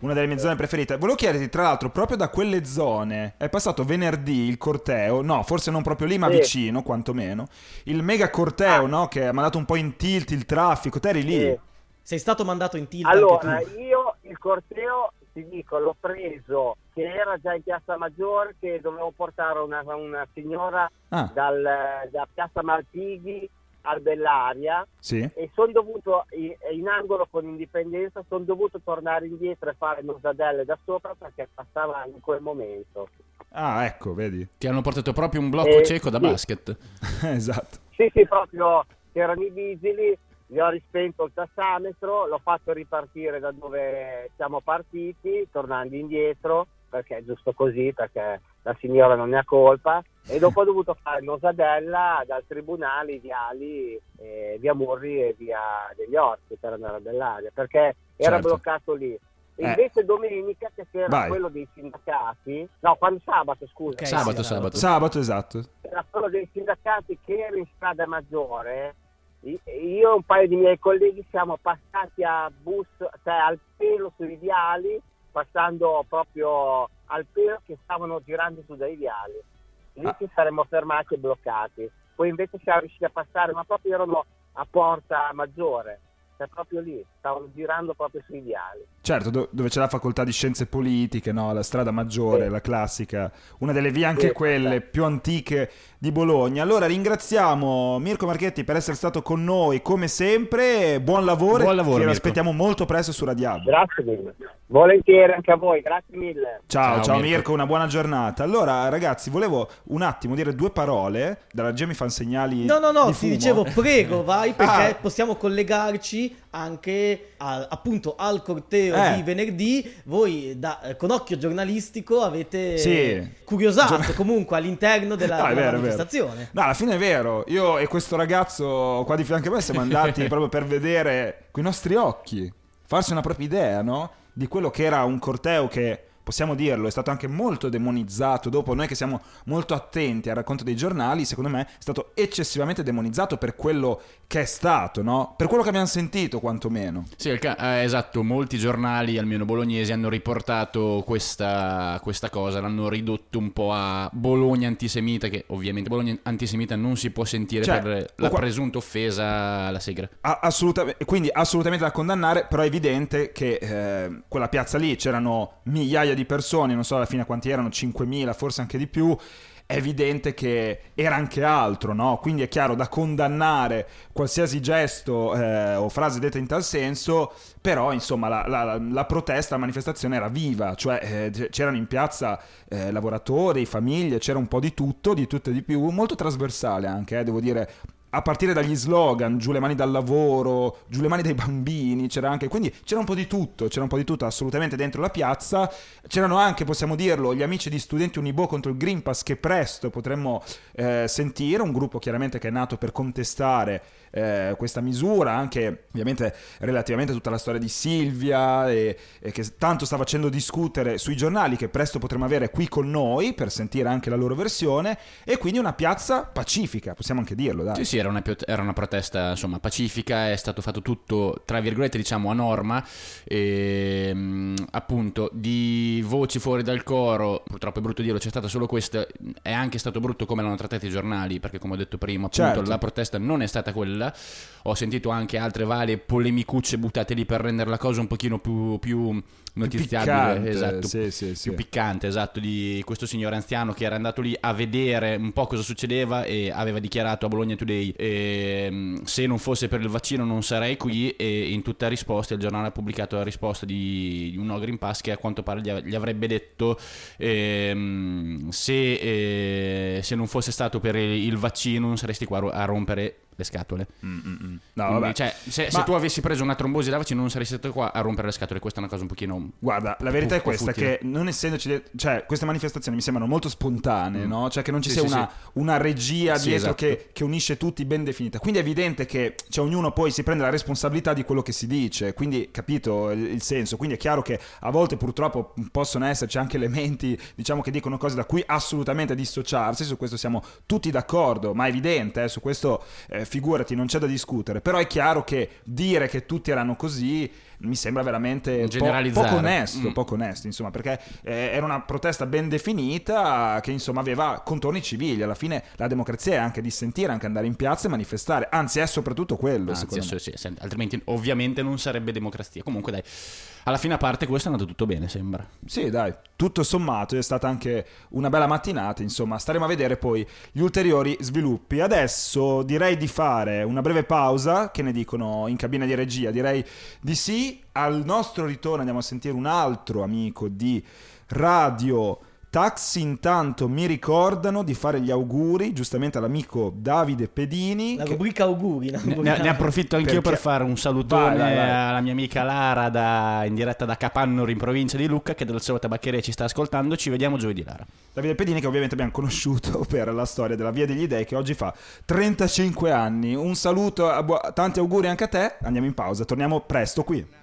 una delle mie zone preferite. Volevo chiederti, tra l'altro, proprio da quelle zone è passato venerdì il corteo, no, forse non proprio lì, ma vicino, quantomeno, il mega corteo, no, che ha mandato un po' in tilt il traffico. Te eri lì? Sei stato mandato in tilt Allora, anche tu. io il corteo, ti dico, l'ho preso, che era già in Piazza Maggiore, che dovevo portare una signora da Piazza Malpighi al Bellaria, sì. E sono dovuto, in angolo con Indipendenza, sono dovuto tornare indietro e fare nosadelle da sopra perché passava in quel momento. Ah, ecco, vedi. Ti hanno portato proprio un blocco cieco da basket. Esatto. Sì, proprio c'erano i vigili, gli ho rispento il tassametro, l'ho fatto ripartire da dove siamo partiti, tornando indietro, perché è giusto così, perché la signora non ne ha colpa, e dopo ho dovuto fare nosadella dal tribunale, viali, via Murri e via degli Orsi per andare a Bellaria, perché era bloccato lì. Invece domenica, che c'era quello dei sindacati, no, quando sabato, scusa. Okay, sabato, esatto. Era quello dei sindacati che era in strada maggiore. Io e un paio di miei colleghi siamo passati a bus, cioè al pelo sui viali, passando proprio al pelo che stavano girando su dei viali. Lì ci saremmo fermati e bloccati. Poi invece siamo riusciti a passare, ma proprio erano a Porta Maggiore, cioè proprio lì, stavano girando proprio sui viali. Certo, dove c'è la facoltà di scienze politiche, no? La strada maggiore, la classica, una delle vie anche quelle più antiche di Bologna. Allora ringraziamo Mirko Marchetti per essere stato con noi come sempre, buon lavoro che Mirko. lo aspettiamo molto presto su Radiab. Grazie mille, volentieri anche a voi, grazie mille. Ciao Mirko, una buona giornata. Allora ragazzi, volevo un attimo dire due parole, dalla regia mi fanno segnali No, di fumo. ti dicevo prego vai, perché possiamo collegarci anche appunto al corteo di venerdì. Voi con occhio giornalistico avete curiosato comunque all'interno della manifestazione. No, alla fine è vero. Io e questo ragazzo qua di fianco a me siamo andati proprio per vedere coi nostri occhi, farsi una propria idea, no? Di quello che era un corteo che, possiamo dirlo, è stato anche molto demonizzato. Dopo, noi che siamo molto attenti al racconto dei giornali, secondo me è stato eccessivamente demonizzato per quello che è stato, no? Per quello che abbiamo sentito, quantomeno. Sì, esatto, molti giornali, almeno bolognesi, hanno riportato questa cosa, l'hanno ridotto un po' a Bologna antisemita, che ovviamente Bologna antisemita non si può sentire per la presunta offesa alla Segre. Assolutamente, quindi assolutamente da condannare, però è evidente che quella piazza lì c'erano migliaia di persone, non so alla fine quanti erano, 5.000, forse anche di più. È evidente che era anche altro, no? Quindi è chiaro da condannare qualsiasi gesto o frase detta in tal senso, però insomma la protesta, la manifestazione era viva, cioè c'erano in piazza lavoratori, famiglie, c'era un po' di tutto e di più, molto trasversale anche, devo dire. A partire dagli slogan, giù le mani dal lavoro, giù le mani dai bambini, quindi c'era un po' di tutto assolutamente dentro la piazza. C'erano anche, possiamo dirlo, gli amici di Studenti Unibo contro il Green Pass, che presto potremmo sentire, un gruppo chiaramente che è nato per contestare questa misura, anche ovviamente relativamente a tutta la storia di Silvia e che tanto sta facendo discutere sui giornali, che presto potremo avere qui con noi per sentire anche la loro versione, e quindi una piazza pacifica, possiamo anche dirlo, dai. Sì, era una protesta insomma pacifica, è stato fatto tutto tra virgolette diciamo a norma, e appunto di voci fuori dal coro, purtroppo è brutto dirlo, c'è stata solo questa. È anche stato brutto come l'hanno trattato i giornali, perché come ho detto prima appunto la protesta non è stata quella. Ho sentito anche altre varie polemicucce buttate lì per rendere la cosa un pochino più notiziabile, esatto, più piccante, esatto, di questo signore anziano che era andato lì a vedere un po' cosa succedeva e aveva dichiarato a Bologna Today: se non fosse per il vaccino non sarei qui. E in tutta risposta il giornale ha pubblicato la risposta di un no Green Pass, che a quanto pare gli avrebbe detto se non fosse stato per il vaccino non saresti qua a rompere le scatole. No, quindi, cioè, se tu avessi preso una trombosi da vaccino non saresti stato qua a rompere le scatole. Questa è una cosa un pochino, guarda, la verità è questa, che non essendoci cioè queste manifestazioni mi sembrano molto spontanee, no? Cioè che non ci sia una regia dietro, esatto, che unisce tutti, ben definita. Quindi è evidente che ognuno poi si prende la responsabilità di quello che si dice, quindi capito il senso. Quindi è chiaro che a volte purtroppo possono esserci anche elementi, diciamo, che dicono cose da cui assolutamente dissociarsi. Su questo siamo tutti d'accordo, ma è evidente, su questo figurati, non c'è da discutere. Però è chiaro che dire che tutti erano così mi sembra veramente poco onesto, insomma, perché era una protesta ben definita che insomma aveva contorni civili. Alla fine la democrazia è anche dissentire, anche andare in piazza e manifestare, anzi è soprattutto quello, secondo me. Sì, altrimenti ovviamente non sarebbe democrazia. Comunque dai, alla fine a parte questo è andato tutto bene, sembra. Sì, dai, tutto sommato è stata anche una bella mattinata, insomma, staremo a vedere poi gli ulteriori sviluppi. Adesso direi di fare una breve pausa, che ne dicono in cabina di regia? Direi di sì. Al nostro ritorno andiamo a sentire un altro amico di Radio Taxi. Intanto mi ricordano di fare gli auguri giustamente all'amico Davide Pedini. La rubrica auguri. Ne approfitto anch'io per fare un salutone vai. Alla mia amica Lara in diretta da Capannori in provincia di Lucca, che dalla sua tabaccheria ci sta ascoltando. Ci vediamo giovedì, Lara. Davide Pedini, che ovviamente abbiamo conosciuto per la storia della Via degli Dei, che oggi fa 35 anni. Un saluto, tanti auguri anche a te. Andiamo in pausa, torniamo presto qui.